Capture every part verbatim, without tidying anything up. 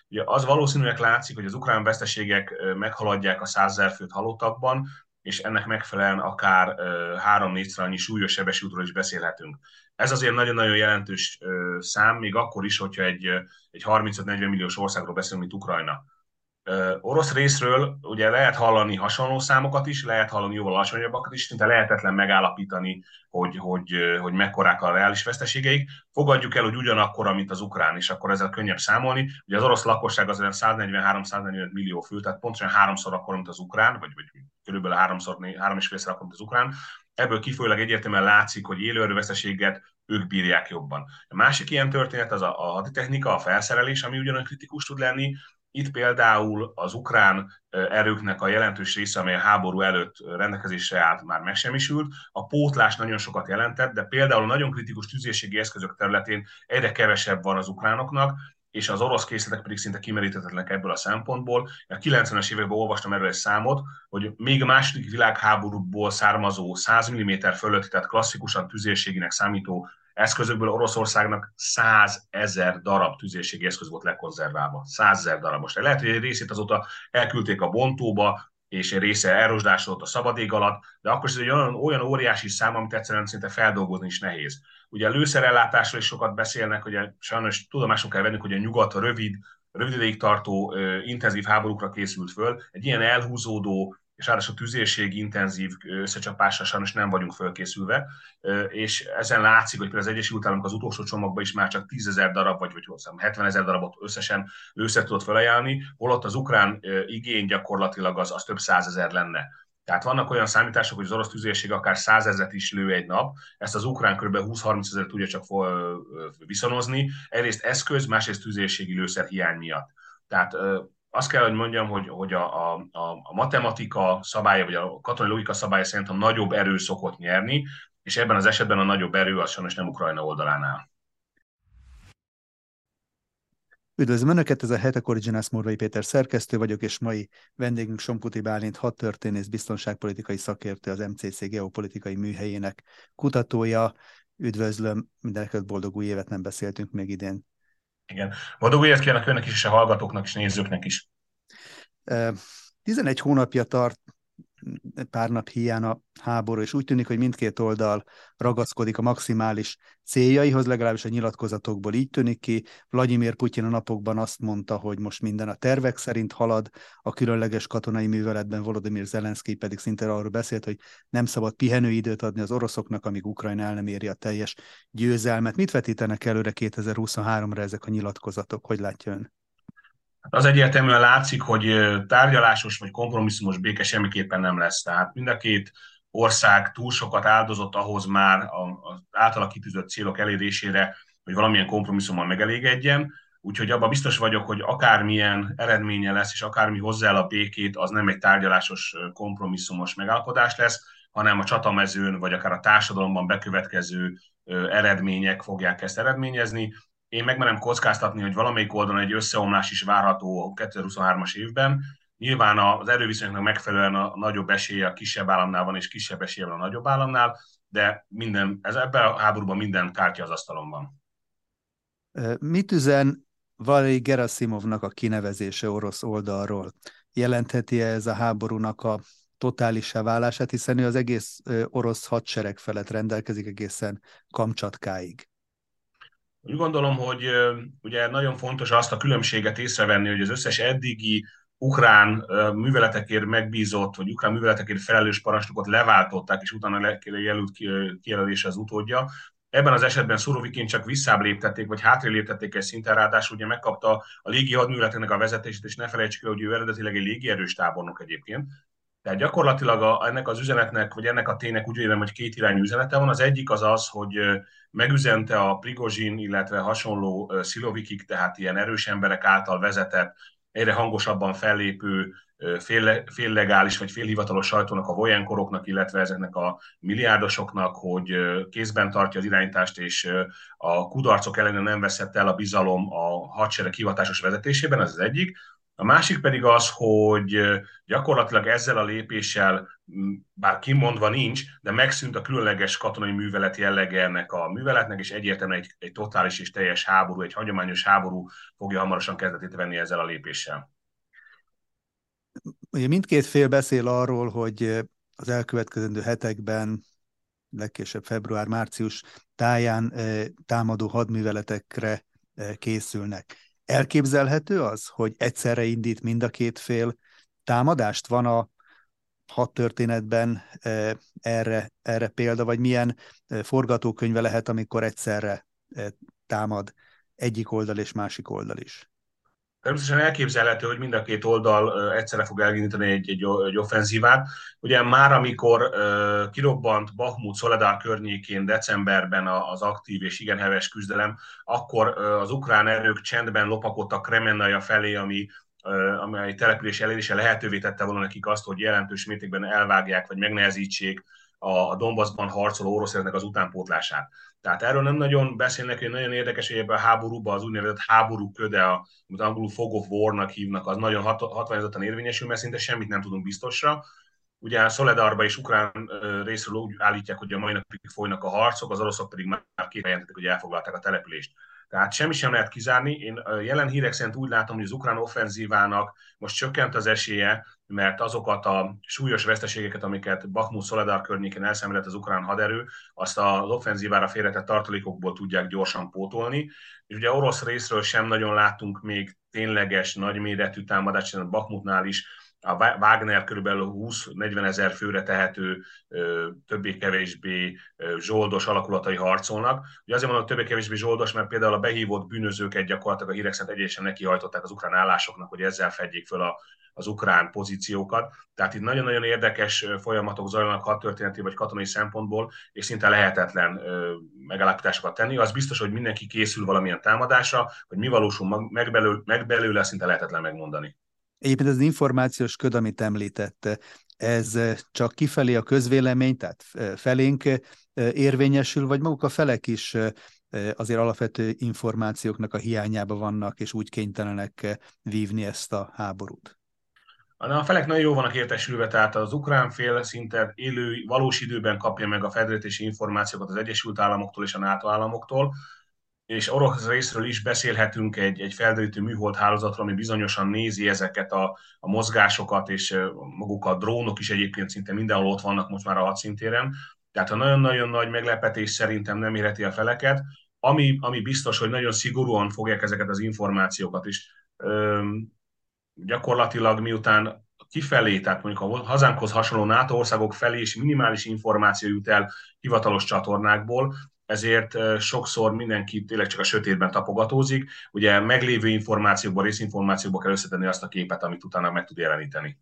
Ugye az valószínűleg látszik, hogy az ukrán veszteségek meghaladják a százezer főt halottakban, és ennek megfelelően akár három-négyszer annyi súlyos sebesültről is beszélhetünk. Ez azért nagyon-nagyon jelentős szám, még akkor is, hogyha egy, egy harmincöt-negyven milliós országról beszélünk, mint Ukrajna. Orosz részről ugye lehet hallani hasonló számokat is, lehet hallani jóval alacsonyabbakat is, szinte lehetetlen megállapítani, hogy, hogy, hogy mekkorák a reális veszteségeik. Fogadjuk el, hogy ugyanakkor, mint az ukrán, és akkor ezzel könnyebb számolni. Ugye az orosz lakosság az olyan száznegyvenhárom-száznegyvenöt millió fő, tehát pontosan háromszor akkor, mint az ukrán, vagy, vagy körülbelül háromszor, három és félszer akkor, mint az ukrán. Ebből kifolyólag egyértelműen látszik, hogy élőerőveszteséget ők bírják jobban. A másik ilyen történet az a, a haditechnika, a felszerelés, ami ugyanolyan kritikus tud lenni. Itt például az ukrán erőknek a jelentős része, amely a háború előtt rendelkezésre állt, már megsemmisült. A pótlás nagyon sokat jelentett, de például a nagyon kritikus tüzérségi eszközök területén egyre kevesebb van az ukránoknak, és az orosz készletek pedig szinte kimeríthetetlenek ebből a szempontból. A kilencvenes években olvastam erről egy számot, hogy még a második világháborúból származó száz milliméter fölötti, tehát klasszikusan tüzérséginek számító eszközökből Oroszországnak százezer darab tüzérségi eszköz volt lekonzerválva. százezer darab. Most lehet, hogy egy részét azóta elküldték a bontóba, és egy része elrosdásodott a szabadég alatt, de akkor is ez egy olyan, olyan óriási szám, amit egyszerűen szinte feldolgozni is nehéz. Ugye a lőszerellátásról is sokat beszélnek, hogy sajnos tudomásul kell vennünk, hogy a nyugat rövid, rövid ideig tartó, intenzív háborúkra készült föl. Egy ilyen elhúzódó, és ráadásul tüzérségi intenzív összecsapásra sajnos nem vagyunk fölkészülve, és ezen látszik, hogy például az Egyesült Államok az utolsó csomagban is már csak tízezer darab, vagy, vagy hetvenezer darabot összesen lőszert tudott felajánlani, holott az ukrán igény gyakorlatilag az, az több százezer lenne. Tehát vannak olyan számítások, hogy az orosz tüzérség akár százezret is lő egy nap, ezt az ukrán kb. húsz-harminc ezer tudja csak viszonozni, egyrészt eszköz, másrészt tüzérségi lőszer hiány miatt. Tehát azt kell, hogy mondjam, hogy, hogy a, a, a matematika szabálya, vagy a katonai logika szabálya szerint a nagyobb erő szokott nyerni, és ebben az esetben a nagyobb erő az sajnos nem Ukrajna oldalán áll. Üdvözlöm Önöket, ez a Hetek Originals, Morvai Péter szerkesztő vagyok, és mai vendégünk Somkuti Bálint, hadtörténész, biztonságpolitikai szakértő, az em cé cé geopolitikai műhelyének kutatója. Üdvözlöm, mindenekelőtt boldog új évet, nem beszéltünk még idén. Igen, boldog új évet kívánok Önnek is, és a hallgatóknak és nézőknek is. tizenegy hónapja tart, pár nap hiány a háború, és úgy tűnik, hogy mindkét oldal ragaszkodik a maximális céljaihoz, legalábbis a nyilatkozatokból így tűnik ki. Vladimir Putyin a napokban azt mondta, hogy most minden a tervek szerint halad, a különleges katonai műveletben Volodymyr Zelenszkij pedig szinte arról beszélt, hogy nem szabad pihenőidőt adni az oroszoknak, amíg Ukrajna el nem éri a teljes győzelmet. Mit vetítenek előre kétezer-huszonháromra ezek a nyilatkozatok? Hogy látja Ön? Az egyértelműen látszik, hogy tárgyalásos vagy kompromisszumos béke semmiképpen nem lesz. Tehát mind a két ország túl sokat áldozott ahhoz már az általa kitűzött célok elérésére, hogy valamilyen kompromisszummal megelégedjen. Úgyhogy abban biztos vagyok, hogy akármilyen eredménye lesz, és akármi hozzá el a békét, az nem egy tárgyalásos, kompromisszumos megállapodás lesz, hanem a csatamezőn, vagy akár a társadalomban bekövetkező eredmények fogják ezt eredményezni. Én megmerem kockáztatni, hogy valamelyik oldalon egy összeomlás is várható a kétezer-huszonhármas évben. Nyilván az erőviszonyoknak megfelelően a nagyobb esélye a kisebb államnál van, és kisebb esélye van a nagyobb államnál, de minden, ez ebben a háborúban minden kártya az asztalon van. Mit üzen Valéry Gerasimovnak a kinevezése orosz oldalról? Jelentheti-e ez a háborúnak a totálissá válását, hiszen ő az egész orosz hadsereg felett rendelkezik egészen Kamcsatkáig? Úgy gondolom, hogy ugye nagyon fontos azt a különbséget észrevenni, hogy az összes eddigi ukrán műveletekért megbízott, vagy ukrán műveletekért felelős parancsnokot leváltották, és utána jelölt kijelölése az utódja. Ebben az esetben Szurovikin csak visszább léptették, vagy hátrébb léptették egy szinten, ráadásul ugye megkapta a légi hadműveleteknek a vezetését, és ne felejtsük el, hogy ő eredetileg egy légierős tábornok egyébként. Tehát gyakorlatilag a, ennek az üzenetnek, vagy ennek a ténynek úgy érem, hogy két irányú üzenete van. Az egyik az az, hogy megüzente a Prigozsin, illetve hasonló Szilovikik, tehát ilyen erős emberek által vezetett, egyre hangosabban fellépő, fél, féllegális vagy félhivatalos sajtónak, a vojenkoroknak, illetve ezeknek a milliárdosoknak, hogy kézben tartja az irányítást, és a kudarcok ellenére nem veszett el a bizalom a hadsereg hivatásos vezetésében, ez az egyik. A másik pedig az, hogy gyakorlatilag ezzel a lépéssel, bár kimondva nincs, de megszűnt a különleges katonai művelet jellege ennek a műveletnek, és egyértelműen egy, egy totális és teljes háború, egy hagyományos háború fogja hamarosan kezdetét venni ezzel a lépéssel. Ugye mindkét fél beszél arról, hogy az elkövetkezendő hetekben, legkésőbb február-március táján támadó hadműveletekre készülnek. Elképzelhető az, hogy egyszerre indít mind a két fél támadást? Van a hadtörténetben erre, erre példa, vagy milyen forgatókönyve lehet, amikor egyszerre támad egyik oldal és másik oldal is? Természetesen elképzelhető, hogy mind a két oldal egyszerre fog elindítani egy, egy, egy offenzívát. Ugye már amikor uh, kirobbant Bahmut Szoledár környékén decemberben az aktív és igen heves küzdelem, akkor uh, az ukrán erők csendben lopakodtak Kremennaja felé, ami uh, amely település elérése lehetővé tette volna nekik azt, hogy jelentős mértékben elvágják vagy megnehezítsék a Donbassban harcoló orosz erőknek az utánpótlását. Tehát erről nem nagyon beszélnek, hogy nagyon érdekes, hogy ebben a háborúban az úgynevezett háború köde, amit angolul fog of war-nak hívnak, az nagyon hat- hatványozottan érvényesül, mert szinte semmit nem tudunk biztosra. Ugye Szoledarba és ukrán részről úgy állítják, hogy a mai napig folynak a harcok, az oroszok pedig már két jelentették, hogy elfoglalták a települést. Tehát semmi sem lehet kizárni. Én jelen hírek szerint úgy látom, hogy az ukrán offenzívának most csökkent az esélye, mert azokat a súlyos veszteségeket, amiket Bakhmut Szoledar környékén elszenvedett az ukrán haderő, azt az offenzívára félretett tartalékokból tudják gyorsan pótolni. És ugye orosz részről sem nagyon láttunk még tényleges, nagyméretű támadást, a Bakhmutnál is a Wagner körülbelül húsz-negyven ezer főre tehető, többé-kevésbé zsoldos alakulatai harcolnak. Ugye azért mondom, hogy többé-kevésbé zsoldos, mert például a behívott bűnözőket gyakorlatilag a hírek szerint egyesen nekihajtották az ukrán állásoknak, hogy ezzel fedjék föl a, az ukrán pozíciókat. Tehát itt nagyon-nagyon érdekes folyamatok zajlanak hadtörténeti vagy katonai szempontból, és szinte lehetetlen megállapításokat tenni. Az biztos, hogy mindenki készül valamilyen támadásra, hogy mi valósul meg belőle, meg belőle szinte lehetetlen megmondani. Egyébként ez az információs köd, amit említette, ez csak kifelé a közvélemény, tehát felénk érvényesül, vagy maguk a felek is azért alapvető információknak a hiányába vannak, és úgy kénytelenek vívni ezt a háborút? A felek nagyon jó vannak értesülve, tehát az ukrán fél szinte élő, valós időben kapja meg a felderítési információkat az Egyesült Államoktól és a NATO államoktól, és orosz részről is beszélhetünk egy, egy felderítő műhold hálózatról, ami bizonyosan nézi ezeket a, a mozgásokat, és maguk a drónok is egyébként szinte mindenhol ott vannak most már a hadszintéren. Tehát a nagyon-nagyon nagy meglepetés szerintem nem érheti a feleket, ami, ami biztos, hogy nagyon szigorúan fogják ezeket az információkat is. Üm, gyakorlatilag miután kifelé, tehát mondjuk a hazánkhoz hasonló NATO országok felé is minimális információ jut el hivatalos csatornákból, ezért sokszor mindenki tényleg csak a sötétben tapogatózik. Ugye meglévő információkból, részinformációkból kell összetenni azt a képet, amit utána meg tud jeleníteni.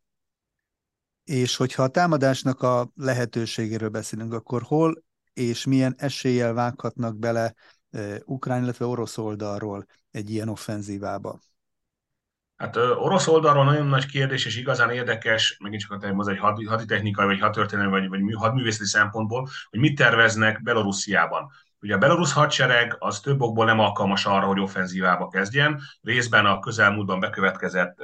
És hogyha a támadásnak a lehetőségéről beszélünk, akkor hol és milyen eséllyel vághatnak bele ukrán, illetve orosz oldalról egy ilyen offenzívába? Hát orosz oldalról nagyon nagy kérdés, és igazán érdekes, megint csak az egy haditechnikai, vagy hadtörténelmi, vagy, vagy hadművészeti szempontból, hogy mit terveznek Belorussziában. Ugye a belorusz hadsereg az több okból nem alkalmas arra, hogy offenzívába kezdjen. Részben a közelmúltban bekövetkezett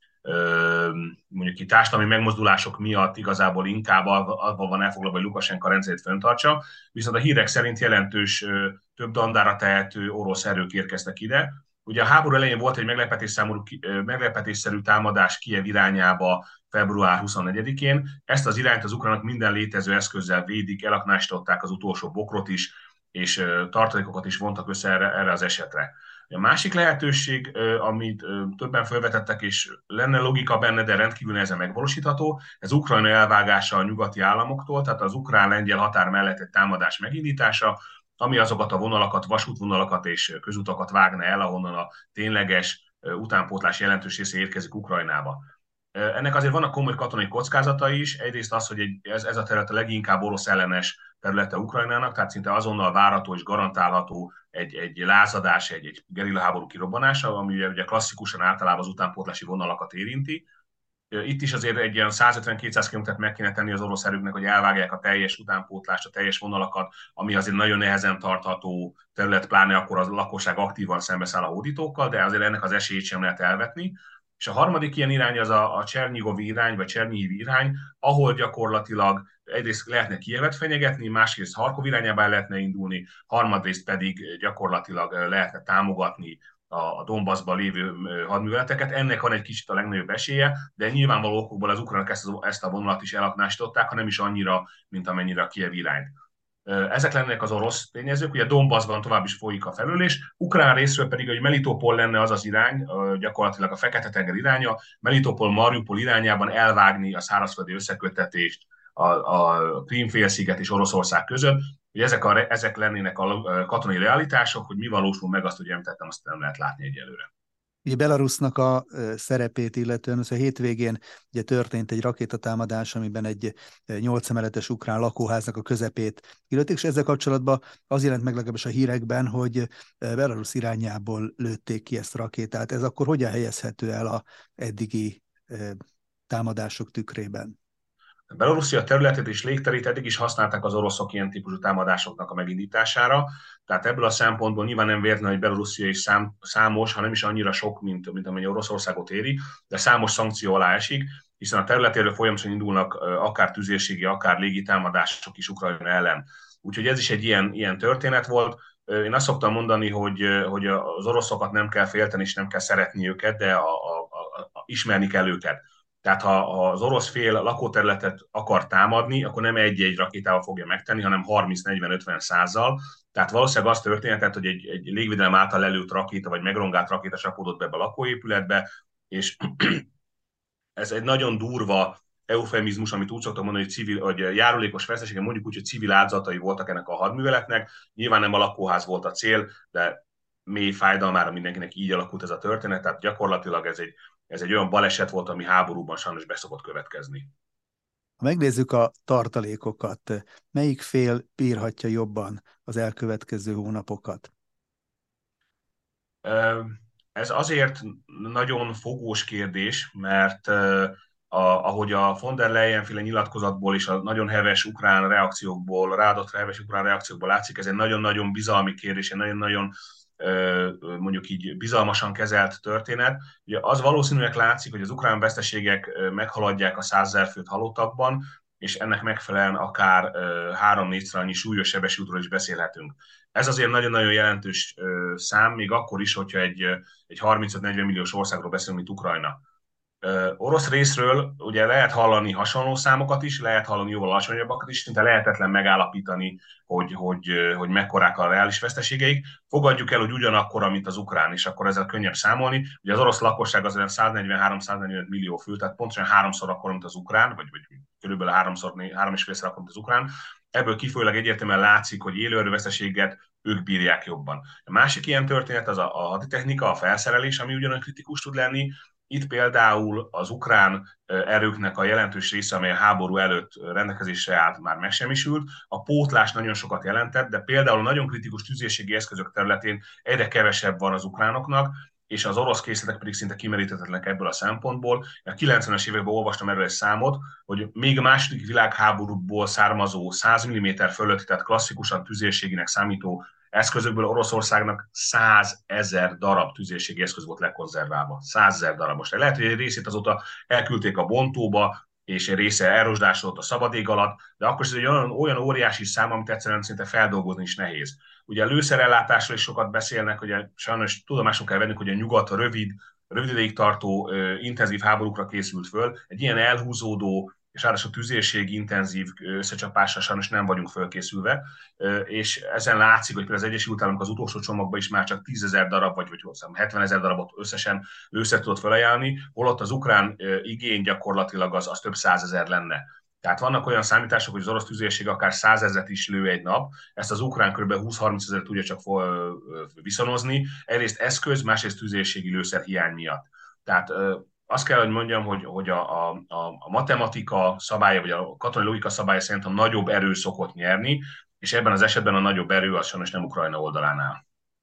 mondjuk ki társadalmi megmozdulások miatt igazából inkább abban van elfoglalva, hogy Lukasenka rendszerét fenntartsa, viszont a hírek szerint jelentős több dandára tehető orosz erők érkeztek ide. Ugye a háború elején volt egy meglepetésszerű, meglepetésszerű támadás Kijev irányába február huszonnegyedikén. Ezt az irányt az ukránok minden létező eszközzel védik, elaknástották az utolsó bokrot is, és tartalékokat is vontak össze erre, erre az esetre. A másik lehetőség, amit többen felvetettek, és lenne logika benne, de rendkívül nehezen megvalósítható, ez Ukrajna elvágása a nyugati államoktól, tehát az ukrán-lengyel határ mellett egy támadás megindítása, ami azokat a vonalakat, vasútvonalakat és közutakat vágna el, ahonnan a tényleges utánpótlás jelentős része érkezik Ukrajnába. Ennek azért vannak komoly katonai kockázatai is. Egyrészt az, hogy ez, ez a terület a leginkább orosz ellenes területe Ukrajnának, tehát szinte azonnal várható és garantálható egy, egy lázadás, egy, egy gerillaháború kirobbanása, ami ugye, ugye klasszikusan általában az utánpótlási vonalakat érinti. Itt is azért egy ilyen százötven-kétszáz kilométert meg kéne tenni az orosz erőknek, hogy elvágják a teljes utánpótlást, a teljes vonalakat, ami azért nagyon nehezen tartható terület, pláne akkor a lakosság aktívan szembeszáll a hódítókkal, de azért ennek az esélyét sem lehet elvetni. És a harmadik ilyen irány az a, a Csernyigovi irány, vagy Csernyihiv irány, ahol gyakorlatilag egyrészt lehetne Kijevet fenyegetni, másrészt Harkov irányába lehetne indulni, harmadrészt pedig gyakorlatilag lehetne támogatni a, a Donbassban lévő hadműveleteket. Ennek van egy kicsit a legnagyobb esélye, de nyilvánvaló okokból az ukránok ezt, ezt a vonalat is elaknásították, ha nem is annyira, mint amennyire a Kijev irányt. Ezek lennének az orosz tényezők, ugye Donbassban tovább is folyik a felülés, ukrán részről pedig, hogy Melitopol lenne az az irány, gyakorlatilag a Fekete-tenger iránya, Melitopol-Mariupol irányában elvágni a szárazföldi összeköttetést a, a Krím-félsziget és Oroszország között, hogy ezek, a, ezek lennének a katonai realitások, hogy mi valósul meg, azt ugye említettem, azt nem lehet látni egyelőre. Ugye Belarusnak a szerepét illetően, az a hétvégén ugye történt egy rakétatámadás, amiben egy nyolc emeletes ukrán lakóháznak a közepét illették, és ezzel kapcsolatban az jelent meg legalábbis a hírekben, hogy Belarus irányából lőtték ki ezt a rakétát. Ez akkor hogyan helyezhető el a eddigi támadások tükrében? Belarusia területét és légterét eddig is használták az oroszok ilyen típusú támadásoknak a megindítására, tehát ebből a szempontból nyilván nem véletlen, hogy Belarusia is szám, számos, ha nem is annyira sok, mint, mint amennyi Oroszországot éri, de számos szankció alá esik, hiszen a területéről folyamatosan indulnak akár tüzérségi, akár légi támadások is Ukrajna ellen. Úgyhogy ez is egy ilyen, ilyen történet volt. Én azt szoktam mondani, hogy, hogy az oroszokat nem kell félteni, és nem kell szeretni őket, de a, a, a, a, ismerni kell őket. Tehát ha az orosz fél lakóterületet akar támadni, akkor nem egy-egy rakétával fogja megtenni, hanem harminc, negyven, ötven, százzal. Tehát valószínűleg az történhet, hogy egy, egy légvédelem által lelőtt rakéta, vagy megrongált rakéta csapódott be a lakóépületbe, és ez egy nagyon durva eufemizmus, amit úgy szoktam mondani, hogy, civil, hogy járulékos veszteségen, mondjuk úgy, hogy civil áldozatai voltak ennek a hadműveletnek. Nyilván nem a lakóház volt a cél, de mély fájdalmára mindenkinek így alakult ez a történet, tehát gyakorlatilag ez egy Ez egy olyan baleset volt, ami háborúban sajnos be szokott következni. Ha megnézzük a tartalékokat, melyik fél bírhatja jobban az elkövetkező hónapokat? Ez azért nagyon fogós kérdés, mert a, ahogy a von der Leyen-féle nyilatkozatból és a nagyon heves ukrán reakciókból, ráadott heves ukrán reakciókból látszik, ez egy nagyon-nagyon bizalmi kérdés, egy nagyon-nagyon mondjuk így bizalmasan kezelt történet. Ugye az valószínűleg látszik, hogy az ukrán veszteségek meghaladják a százezer főt halottakban, és ennek megfelelően akár három-négyszer annyi súlyos sebesültről is beszélhetünk. Ez azért nagyon-nagyon jelentős szám, még akkor is, hogyha egy, egy harmincöt-negyven milliós országról beszélünk, mint Ukrajna. Orosz részről ugye lehet hallani hasonló számokat is, lehet hallani jóval alacsonyabbakat is, szinte lehetetlen megállapítani, hogy, hogy, hogy mekkorák a reális veszteségeik. Fogadjuk el, hogy ugyanakkor, mint az ukrán, és akkor ezzel könnyebb számolni. Ugye az orosz lakosság az olyan száznegyvenhárom-száznegyvenöt millió fő, tehát pontosan háromszor akkor, mint az ukrán, vagy, vagy körülbelül háromszor, három és félszer akkor, mint az ukrán. Ebből kifolyólag egyértelműen látszik, hogy élőerőveszteséget ők bírják jobban. A másik ilyen történet az a, a haditechnika, a felszerelés, ami ugyanolyan kritikus tud lenni. Itt például az ukrán erőknek a jelentős része, amely a háború előtt rendelkezésre állt, már megsemmisült. A pótlás nagyon sokat jelentett, de például a nagyon kritikus tüzérségi eszközök területén egyre kevesebb van az ukránoknak, és az orosz készletek pedig szinte kimeríthetetlenek ebből a szempontból. A kilencvenes években olvastam erről egy számot, hogy még a második világháborúból származó száz milliméter fölött, tehát klasszikusan tüzérséginek számító eszközökből Oroszországnak százezer darab tüzérségi eszköz volt lekonzerválva. százezer darab. Most lehet, hogy egy részét azóta elküldték a bontóba, és egy része elrosdásodott a szabadég alatt, de akkor is ez egy olyan, olyan óriási szám, amit egyszerűen szinte feldolgozni is nehéz. Ugye a lőszerellátásról is sokat beszélnek, hogy sajnos tudomásul kell vennünk, hogy a nyugat a rövid, rövid ideig tartó, intenzív háborúkra készült föl. Egy ilyen elhúzódó, és ráadásul tüzérség intenzív összecsapásra sajnos nem vagyunk fölkészülve, és ezen látszik, hogy például az Egyesült Államok az utolsó csomagban is már csak tízezer darab, vagy, vagy hetvenezer darabot összesen lőszert tudott felajánlani, holott az ukrán igény gyakorlatilag az, az több százezer lenne. Tehát vannak olyan számítások, hogy az orosz tüzérség akár százezret is lő egy nap, ezt az ukrán kb. húsz-harminc ezer tudja csak viszonozni, egyrészt eszköz, másrészt tüzérségi lőszer hiány miatt. Tehát azt kell, hogy mondjam, hogy, hogy a, a, a matematika szabálya, vagy a katonai logika szabálya szerint a nagyobb erő szokott nyerni, és ebben az esetben a nagyobb erő az sajnos nem Ukrajna oldalán áll.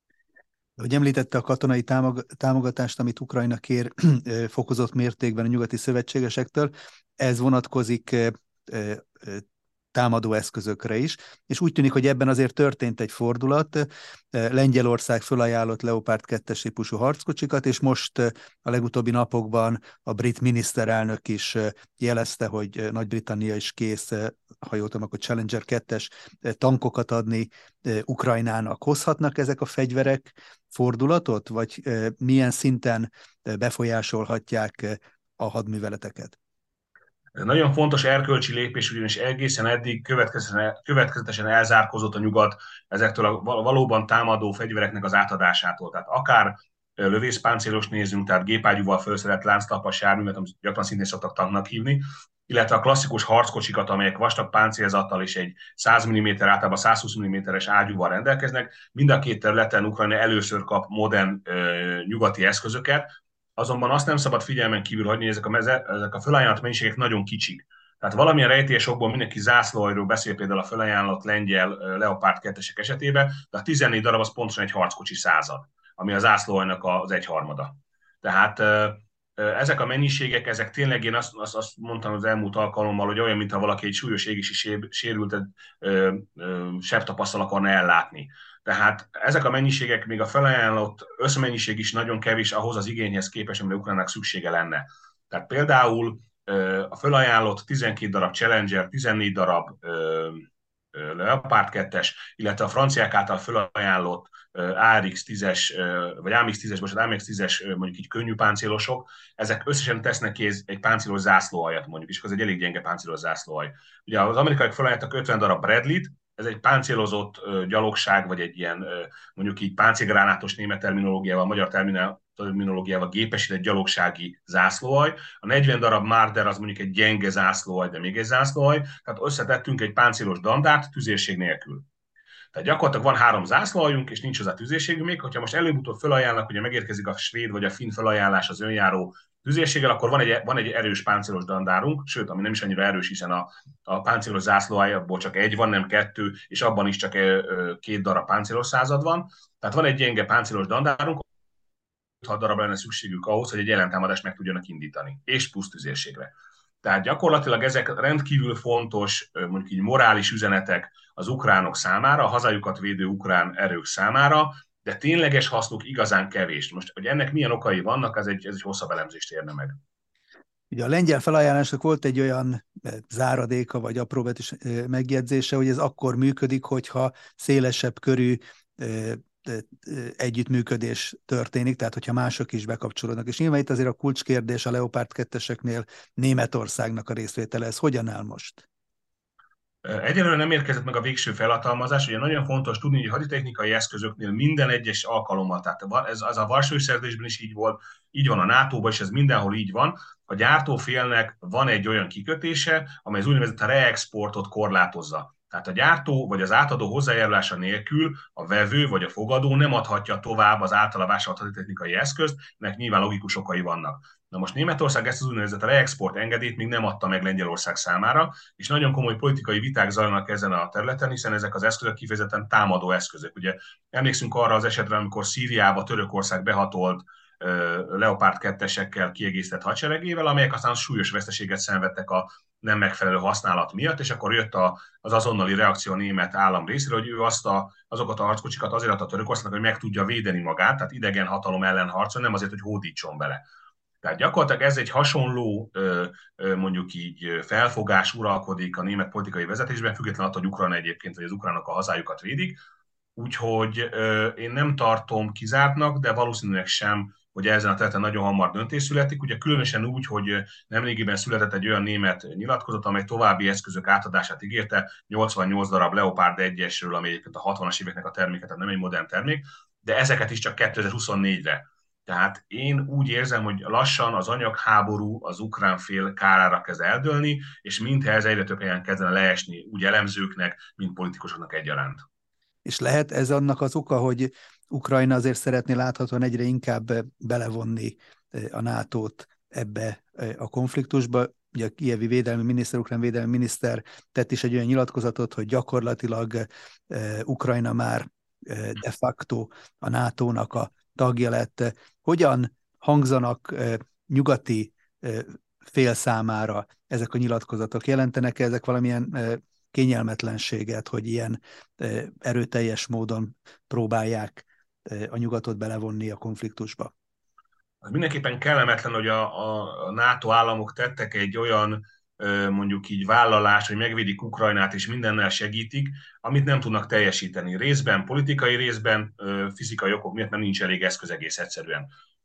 Hogy említette a katonai támogatást, amit Ukrajna kér fokozott mértékben a nyugati szövetségesektől, ez vonatkozik támadó eszközökre is, és úgy tűnik, hogy ebben azért történt egy fordulat. Lengyelország fölajánlott Leopard kettes típusú harckocsikat, és most a legutóbbi napokban a brit miniszterelnök is jelezte, hogy Nagy-Britannia is kész, ha jól tudom, akkor Challenger kettes tankokat adni Ukrajnának. Hozhatnak ezek a fegyverek fordulatot, vagy milyen szinten befolyásolhatják a hadműveleteket? Ez nagyon fontos erkölcsi lépés, ugyanis egészen eddig következetesen, következetesen elzárkózott a nyugat ezektől a valóban támadó fegyvereknek az átadásától. Tehát akár lövészpáncélos nézünk, tehát gépágyúval felszerelt lánctalpas járművet, amit gyakran szintén szoktak tanknak hívni, illetve a klasszikus harckocsikat, amelyek vastag páncélzattal és egy száz milliméter, általában száz húsz milliméteres ágyúval rendelkeznek. Mind a két területen Ukrajna először kap modern ö, nyugati eszközöket, azonban azt nem szabad figyelmen kívül hagyni, hogy ezek a, meze, ezek a felajánlott mennyiségek nagyon kicsik. Tehát valamilyen rejtélyes okból mindenki zászlóajról beszél, például a felajánlott lengyel Leopard kettesek esetében, de a tizennégy darab az pontosan egy harckocsi század, ami a zászlóajnak az egyharmada. Tehát ezek a mennyiségek, ezek tényleg, én azt, azt, azt mondtam az elmúlt alkalommal, hogy olyan, mintha valaki egy súlyos égési sérültet sebtapasztal akarna ellátni. Tehát ezek a mennyiségek, még a felajánlott összmennyiség is nagyon kevés ahhoz az igényhez képest, amire Ukrajnának szüksége lenne. Tehát például a felajánlott tizenkét darab Challenger, tizennégy darab Leopard kettes, illetve a franciák által felajánlott á er iksz tízes, vagy á em iksz tízes, bocsánat, á em iksz tízes mondjuk így könnyű páncélosok, ezek összesen tesznek ki egy páncélos zászlóaljat mondjuk, és ez egy elég gyenge páncélos zászlóalj. Ugye az amerikaiak felajánlottak ötven darab Bradley-t, ez egy páncélozott gyalogság, vagy egy ilyen mondjuk így páncélgránátos német terminológiával, magyar terminológiával gépesített gyalogsági zászlóalj. A negyven darab Marder az mondjuk egy gyenge zászlóalj, de még egy zászlóalj, tehát összetettünk egy páncélos dandát tüzérség nélkül. Tehát gyakorlatilag van három zászlóaljunk, és nincs hozzá tüzérségünk még. Hogyha most előbb-utóbb felajánlnak, hogy megérkezik a svéd vagy a finn felajánlás az önjáró tüzérséggel, akkor van egy, van egy erős páncélos dandárunk, sőt, ami nem is annyira erős, hiszen a, a páncélos zászlóaljabból csak egy van, nem kettő, és abban is csak két darab páncélos század van. Tehát van egy gyenge páncélos dandárunk, hat darab lenne szükségük ahhoz, hogy egy ellentámadást meg tudjanak indítani, és plusz tüzérségre. Tehát gyakorlatilag ezek rendkívül fontos, mondjuk így morális üzenetek az ukránok számára, a hazájukat védő ukrán erők számára, de tényleges hasznuk igazán kevés. Most, hogy ennek milyen okai vannak, ez egy, ez egy hosszabb elemzést érne meg. Ugye a lengyel felajánlásnak volt egy olyan záradéka, vagy apróbetűs megjegyzése, hogy ez akkor működik, hogyha szélesebb körű együttműködés történik, tehát hogyha mások is bekapcsolódnak. És nyilván itt azért a kulcskérdés a Leopard ketteseknél Németországnak a részvétele. Ez hogyan áll most? Egyelőre nem érkezett meg a végső felhatalmazás, ugye nagyon fontos tudni, hogy a haditechnikai eszközöknél minden egyes alkalommal, tehát ez az a Varsói Szerződésben is így volt, így van a nátóban, és ez mindenhol így van, a gyártófélnek van egy olyan kikötése, amely az úgynevezett reexportot korlátozza. Tehát a gyártó vagy az átadó hozzájárulása nélkül a vevő vagy a fogadó nem adhatja tovább az általa vásárolt haditechnikai eszközt, ennek nyilván logikus okai vannak. Na most Németország ezt az úgynevezett reexport engedélyt még nem adta meg Lengyelország számára, és nagyon komoly politikai viták zajlanak ezen a területen, hiszen ezek az eszközök kifejezetten támadó eszközök. Ugye emlékszünk arra az esetre, amikor Szíriába Törökország behatolt Leopard kettesekkel kiegészített hadseregével, amelyek aztán súlyos veszteséget szenvedtek a nem megfelelő használat miatt, és akkor jött a, az azonnali reakció a német állam részéről, hogy ő azt a, azokat a harckocsikat azért adta Törökországnak, hogy meg tudja védeni magát, tehát idegen hatalom ellen harcol, nem azért, hogy hódítson bele. Tehát gyakorlatilag ez egy hasonló mondjuk így felfogás uralkodik a német politikai vezetésben, függetlenül attól, hogy Ukrajna egyébként, vagy az ukránok a hazájukat védik. Úgyhogy én nem tartom kizártnak, de valószínűleg sem, hogy ezen a területen nagyon hamar döntés születik. Ugye különösen úgy, hogy nemrégiben született egy olyan német nyilatkozat, amely további eszközök átadását ígérte, nyolcvannyolc darab Leopard egyesről, ami egyébként a hatvanas éveknek a terméke, tehát nem egy modern termék, de ezeket is csak kétezer-huszonnégyre. Tehát én úgy érzem, hogy lassan az anyagháború az ukrán fél kárára kezd eldőlni, és mindhez egyre több helyen kezdene leesni úgy elemzőknek, mint politikusoknak egyaránt. És lehet ez annak az oka, hogy Ukrajna azért szeretné láthatóan egyre inkább belevonni a nátót ebbe a konfliktusba. Ugye a kijevi védelmi miniszter, ukrán védelmi miniszter tett is egy olyan nyilatkozatot, hogy gyakorlatilag Ukrajna már de facto a nátónak a tagja lett. Hogyan hangzanak nyugati fél számára ezek a nyilatkozatok? Jelentenek -e ezek valamilyen kényelmetlenséget, hogy ilyen erőteljes módon próbálják a nyugatot belevonni a konfliktusba? Az mindenképpen kellemetlen, hogy a, a NATO államok tettek egy olyan mondjuk így vállalást, hogy megvédik Ukrajnát és mindennel segítik, amit nem tudnak teljesíteni. Részben politikai, részben fizikai okok miatt, mert nincs elég eszköz egész egyszerűen.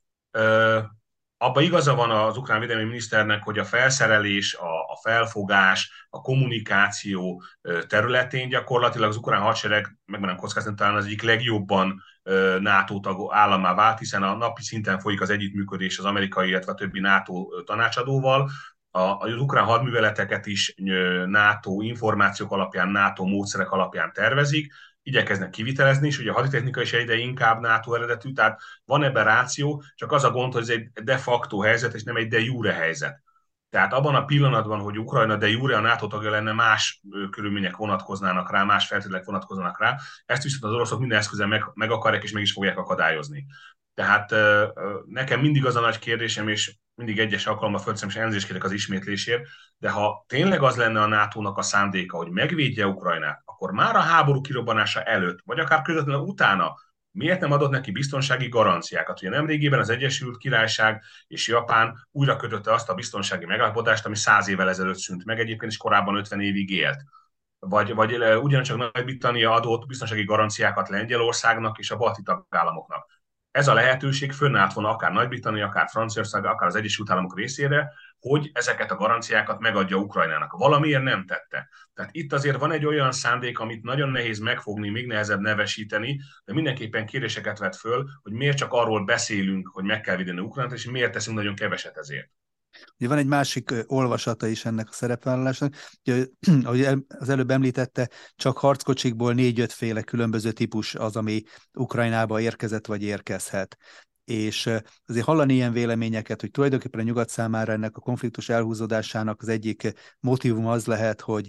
Abba igaza van az ukrán védelmi miniszternek, hogy a felszerelés, a, a felfogás, a kommunikáció területén gyakorlatilag az ukrán hadsereg, meg nem kockáztatom, talán az egyik legjobban NATO tag államá vált, hiszen a napi szinten folyik az együttműködés az amerikai, illetve a többi NATO tanácsadóval. A, az ukrán hadműveleteket is NATO információk alapján, NATO módszerek alapján tervezik, igyekeznek kivitelezni, és ugye a haditechnika is egyre inkább NATO eredetű, tehát van ebben ráció, csak az a gond, hogy ez egy de facto helyzet, és nem egy de jure helyzet. Tehát abban a pillanatban, hogy Ukrajna de jure a NATO tagja lenne, más körülmények vonatkoznának rá, más feltételek vonatkoznának rá, ezt viszont az oroszok minden eszközzel meg, meg akarják, és meg is fogják akadályozni. Tehát nekem mindig az a nagy kérdésem, és mindig egyes alkalommal fölteszem, és elnézést kérek az ismétlésért, de ha tényleg az lenne a nátónak a szándéka, hogy megvédje Ukrajnát, akkor már a háború kirobbanása előtt, vagy akár közvetlenül utána miért nem adott neki biztonsági garanciákat? Ugye nemrégiben az Egyesült Királyság és Japán újra kötötte azt a biztonsági megállapodást, ami száz évvel ezelőtt szűnt meg, egyébként is korábban ötven évig élt. Vagy, vagy ugyancsak Nagy-Britannia adott biztonsági garanciákat Lengyelországnak és a balti tagállamoknak. Ez a lehetőség fönnállt volna akár Nagy-Britannia, akár Franciaország, akár az Egyesült Államok részére, hogy ezeket a garanciákat megadja Ukrajnának. Valamiért nem tette. Tehát itt azért van egy olyan szándék, amit nagyon nehéz megfogni, még nehezebb nevesíteni, de mindenképpen kérdéseket vet föl, hogy miért csak arról beszélünk, hogy meg kell védeni Ukrajnát, és miért teszünk nagyon keveset ezért. Ugye van egy másik olvasata is ennek a szerepvállalásnak, ugye, ahogy az előbb említette, csak harckocsikból négy-öt féle különböző típus az, ami Ukrajnába érkezett vagy érkezhet. És azért hallani ilyen véleményeket, hogy tulajdonképpen a nyugat számára ennek a konfliktus elhúzódásának az egyik motívum az lehet, hogy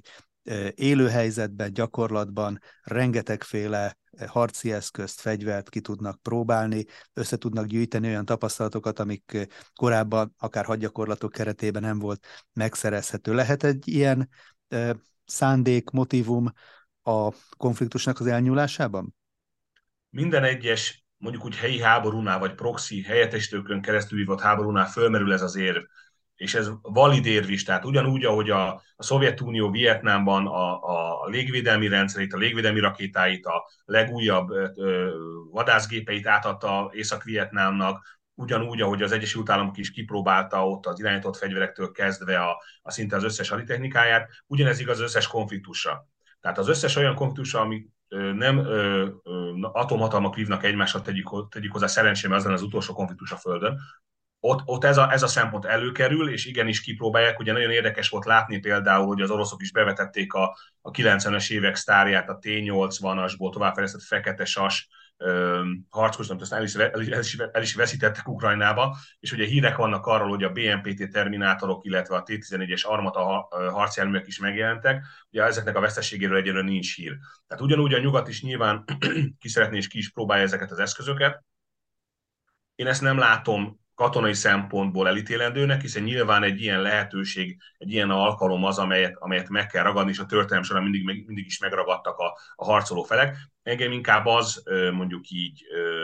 élő helyzetben, gyakorlatban rengetegféle harci eszközt, fegyvert ki tudnak próbálni, össze tudnak gyűjteni olyan tapasztalatokat, amik korábban akár hadgyakorlatok keretében nem volt megszerezhető. Lehet egy ilyen szándék, motívum a konfliktusnak az elnyúlásában? Minden egyes, mondjuk úgy helyi háborúnál, vagy proxy helyettesítőkön keresztül vívott háborúnál fölmerül ez az érv, és ez valid érv is, tehát ugyanúgy, ahogy a, a Szovjetunió Vietnámban a, a légvédelmi rendszerét, a légvédelmi rakétáit, a legújabb ö, vadászgépeit átadta Észak-Vietnámnak, ugyanúgy, ahogy az Egyesült Államok is kipróbálta ott az irányított fegyverektől kezdve a, a szinte az összes haditechnikáját, ugyanez igaz az összes konfliktusra. Tehát az összes olyan konfliktusra, ami nem ö, ö, atomhatalmak vívnak egymásra, tegyük, tegyük hozzá szerencsém, az lenne az utolsó konfliktus a Földön, ott, ott ez, a, ez a szempont előkerül, és igenis kipróbálják. Ugye nagyon érdekes volt látni például, hogy az oroszok is bevetették a, a kilencvenes évek sztárját, a té nyolcvanasból továbbfejlesztett fekete sas harckocsit, amit aztán el is, el, is, el is veszítettek Ukrajnába, és ugye hírek vannak arról, hogy a bé em pé té terminátorok, illetve a té tizennégyes Armata harcjárművek is megjelentek, ugye ezeknek a veszteségéről egyelőre nincs hír. Tehát ugyanúgy a nyugat is nyilván ki szeretné és ki is próbálja ezeket az eszközöket. Én ezt nem látom katonai szempontból elítélendőnek, hiszen nyilván egy ilyen lehetőség, egy ilyen alkalom az, amelyet, amelyet meg kell ragadni, és a történelem során mindig, mindig is megragadtak a, a harcoló felek. Engem inkább az mondjuk így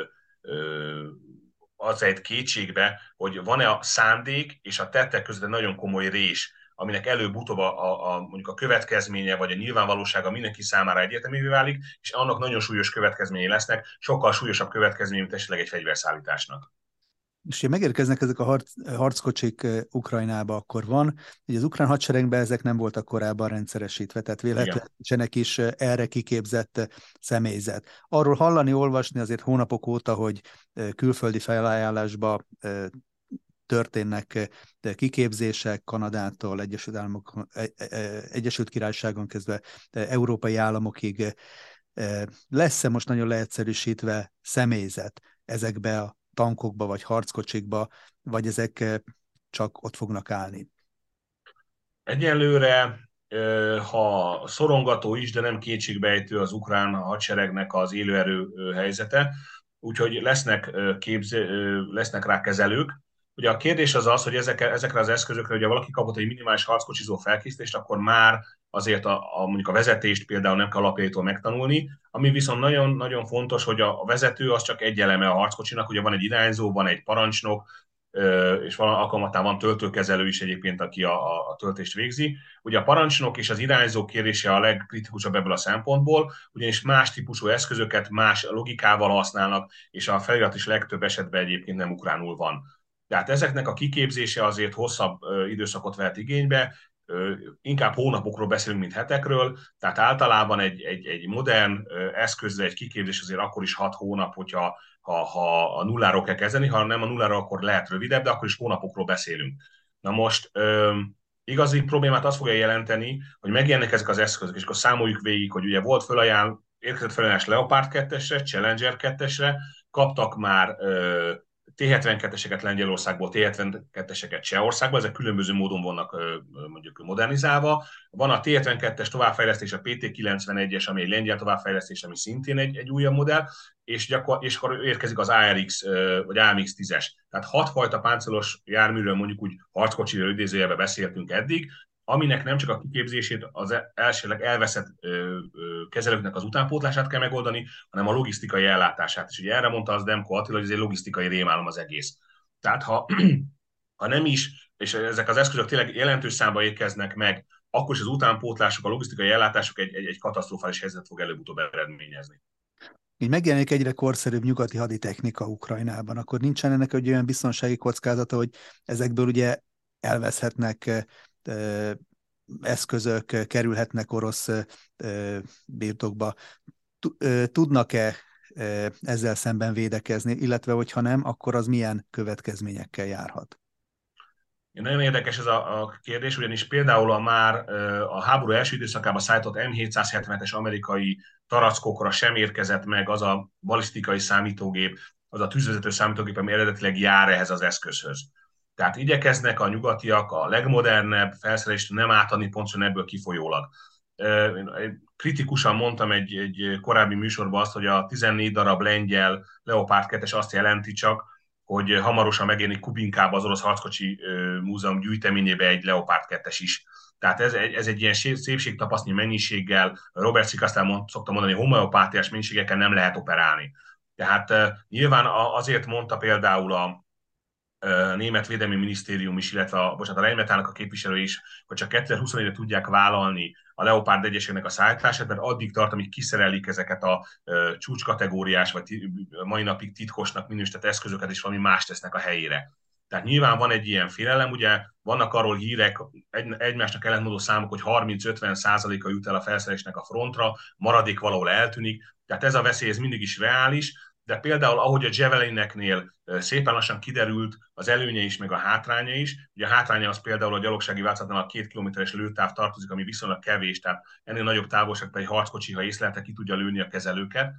az egy kétségbe, hogy van-e a szándék és a tettek között egy nagyon komoly rés, aminek előbb-utóbb a, a, a, mondjuk a következménye vagy a nyilvánvalósága mindenki számára egyértelművé válik, és annak nagyon súlyos következményei lesznek, sokkal súlyosabb következményei, mint esetleg egy fegyverszállításnak. És ha megérkeznek ezek a harc, harckocsik Ukrajnába, akkor van, hogy az ukrán hadseregben ezek nem voltak korábban rendszeresítve, tehát véletlenül nincsenek is erre kiképzett személyzet. Arról hallani, olvasni azért hónapok óta, hogy külföldi felajánlásba történnek kiképzések Kanadától, Egyesült Államok, Egyesült Királyságon kezdve európai államokig. Lesz-e most nagyon leegyszerűsítve személyzet ezekbe a tankokba vagy harckocsikba, vagy ezek csak ott fognak állni? Egyelőre, ha szorongató is, de nem kétségbejtő az ukrán hadseregnek az élőerő helyzete, úgyhogy lesznek, képző, lesznek rá kezelők, Ugye a kérdés az az, hogy ezekre, ezekre az eszközökre, ugye valaki kapott egy minimális harckocsizó felkészítést, akkor már azért a, a, mondjuk a vezetést például nem kell alapjaitól megtanulni, ami viszont nagyon-nagyon fontos, hogy a, a vezető az csak egy eleme a harckocsinak, ugye van egy irányzó, van egy parancsnok, és van alkalmatán van töltőkezelő is egyébként, aki a, a, a töltést végzi. Ugye a parancsnok és az irányzó kérése a legkritikusabb ebből a szempontból, ugyanis más típusú eszközöket más logikával használnak, és a felirat is legtöbb esetben egyébként nem ukránul van. Tehát ezeknek a kiképzése azért hosszabb időszakot vehet igénybe, inkább hónapokról beszélünk, mint hetekről, tehát általában egy, egy, egy modern eszközre egy kiképzés azért akkor is hat hónap, hogyha ha, ha a nulláról kell kezdeni, ha nem a nulláról, akkor lehet rövidebb, de akkor is hónapokról beszélünk. Na most igazi problémát azt fogja jelenteni, hogy megjelennek ezek az eszközök, és akkor számoljuk végig, hogy ugye volt fölajánl, érkezett felajánlás Leopard kettesre, Challenger kettesre, kaptak már té hetvenketteseket Lengyelországból, té hetvenketteseket Csehországból, ezek különböző módon vannak mondjuk modernizálva. Van a té hetvenkettes továbbfejlesztés, a pé té kilencvenegyes, ami egy lengyel továbbfejlesztés, ami szintén egy, egy újabb modell, és, gyakor, és akkor érkezik az á er iksz vagy á em iksz tízes. Tehát hatfajta páncélos járműről mondjuk úgy harckocsiról idézőjelben beszéltünk eddig, aminek nem csak a kiképzését, az elsőleg elveszett ö, ö, kezelőknek az utánpótlását kell megoldani, hanem a logisztikai ellátását. És ugye erre mondta az Demko Attila, hogy ez egy logisztikai rémálom az egész. Tehát ha, ha nem is, és ezek az eszközök tényleg jelentős számba érkeznek meg, akkor is az utánpótlások, a logisztikai ellátások egy, egy, egy katasztrofális helyzet fog előbb-utóbb eredményezni. Így megjelenik egyre korszerűbb nyugati haditechnika Ukrajnában, akkor nincsen ennek egy olyan biztonsági kockázata, hogy ezekből ugye elveszhetnek eszközök, kerülhetnek orosz birtokba. Tudnak-e ezzel szemben védekezni, illetve hogyha nem, akkor az milyen következményekkel járhat? Nagyon érdekes ez a, a kérdés, ugyanis például a már a háború első időszakában szállított em hétszázhetvenes amerikai tarackokra sem érkezett meg az a balisztikai számítógép, az a tűzvezető számítógép, ami eredetileg jár ehhez az eszközhöz. Tehát igyekeznek a nyugatiak a legmodernebb felszerelést nem átadni pontosan ebből kifolyólag. Kritikusan mondtam egy, egy korábbi műsorban azt, hogy a tizennégy darab lengyel Leopard kettes azt jelenti csak, hogy hamarosan megjelenik Kubinkába az orosz harckocsi múzeum gyűjteményébe egy Leopard kettes is. Tehát ez, ez egy ilyen szépségtapasznyi mennyiséggel, Robert Szik aztán mond, szokta mondani, homeopátiás mennyiségekkel nem lehet operálni. Tehát uh, nyilván azért mondta például a uh, Német Védelmi Minisztérium is, illetve a, bocsánat, a Rheinmetallnak a képviselő is, hogy csak kétezer-huszonegyre tudják vállalni a Leopard egyeseknek a szállítását, mert addig tart, amíg kiszerelik ezeket a uh, csúcskategóriás, vagy mai napig titkosnak minősített eszközöket, és valami más tesznek a helyére. Tehát nyilván van egy ilyen félelem, ugye vannak arról hírek, egy, egymásnak ellentmondó számok, hogy harminc-ötven százaléka jut el a felszerelésnek a frontra, maradék valahol eltűnik, tehát ez a veszély ez mindig is reális, de például ahogy a Javelineknél szépen lassan kiderült az előnye is, meg a hátránya is, ugye a hátránya az például a gyalogsági változatnál a két kilométeres lőtáv tartozik, ami viszonylag kevés, tehát ennél nagyobb távolságban egy harckocsi, ha észlelte, ki tudja lőni a kezelőket.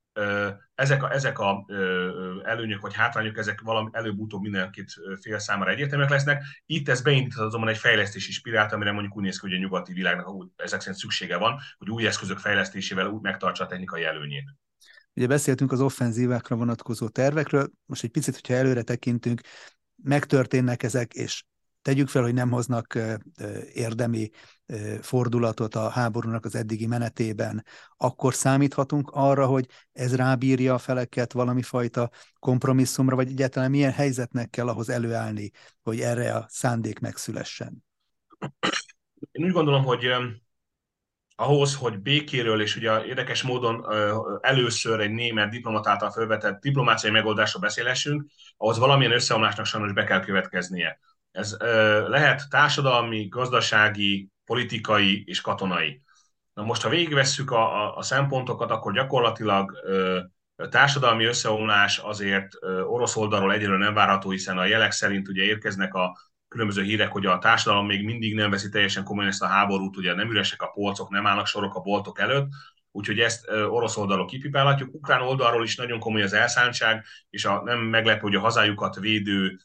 Ezek a, ezek a előnyök vagy hátrányok, ezek valami előbb-utóbb mindenkit fél számára egyértelműek lesznek. Itt ez beindíthat azonban egy fejlesztési spirált, amire mondjuk úgy néz ki, hogy a nyugati világnak ezek szerint szüksége van, hogy új eszközök fejlesztésével úgy megtartsa a technikai előnyét. Ugye beszéltünk az offenzívákra vonatkozó tervekről, most egy picit, hogyha előre tekintünk, megtörténnek ezek, és tegyük fel, hogy nem hoznak érdemi fordulatot a háborúnak az eddigi menetében, akkor számíthatunk arra, hogy ez rábírja a feleket valami fajta kompromisszumra, vagy egyáltalán milyen helyzetnek kell ahhoz előállni, hogy erre a szándék megszülessen? Én úgy gondolom, hogy ahhoz, hogy békéről, és ugye érdekes módon először egy német diplomat által felvetett diplomáciai megoldásról beszélhessünk, ahhoz valamilyen összeomlásnak sajnos be kell következnie. Ez lehet társadalmi, gazdasági, politikai és katonai. Na most, ha végigvesszük a, a, a szempontokat, akkor gyakorlatilag a társadalmi összeomlás azért orosz oldalról egyelőre nem várható, hiszen a jelek szerint ugye érkeznek a különböző hírek, hogy a társadalom még mindig nem veszi teljesen komolyan ezt a háborút, ugye nem üresek a polcok, nem állnak sorok a boltok előtt, úgyhogy ezt orosz oldalról kipipálhatjuk. Ukrán oldalról is nagyon komoly az elszántság, és a, nem meglepő, hogy a hazájukat védő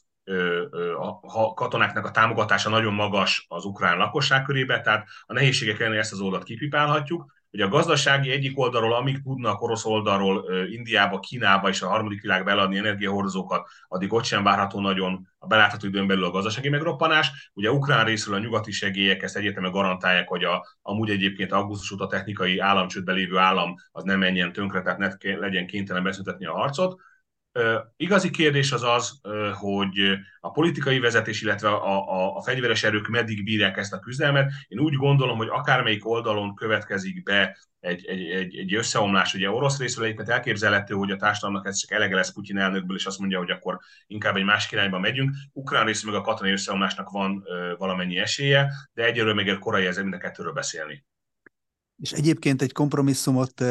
a katonáknak a támogatása nagyon magas az ukrán lakosság körében, tehát a nehézségek ellenére ezt az oldalt kipipálhatjuk. Ugye a gazdasági egyik oldalról, amíg tudnak orosz oldalról Indiába, Kínába és a harmadik világba eladni energiahordozókat, addig ott sem várható nagyon a belátható időn belül a gazdasági megroppanás. Ugye ukrán részről a nyugati segélyek ezt egyértelműen garantálják, hogy a, amúgy egyébként augusztus óta technikai államcsődben lévő állam az nem menjen tönkre, tehát ne legyen kénytelen beszüntetni a harcot. Igazi kérdés az az, hogy a politikai vezetés, illetve a, a, a fegyveres erők meddig bírják ezt a küzdelmet. Én úgy gondolom, hogy akármelyik oldalon következik be egy, egy, egy, egy összeomlás. Ugye orosz részről egyébként elképzelhető, hogy a társadalomnak ez csak elege lesz Putyin elnökből, és azt mondja, hogy akkor inkább egy másik irányba megyünk. Ukrán részről meg a katonai összeomlásnak van valamennyi esélye, de egyelőre még korai ezzel mind a kettőről beszélni. És egyébként egy kompromisszumot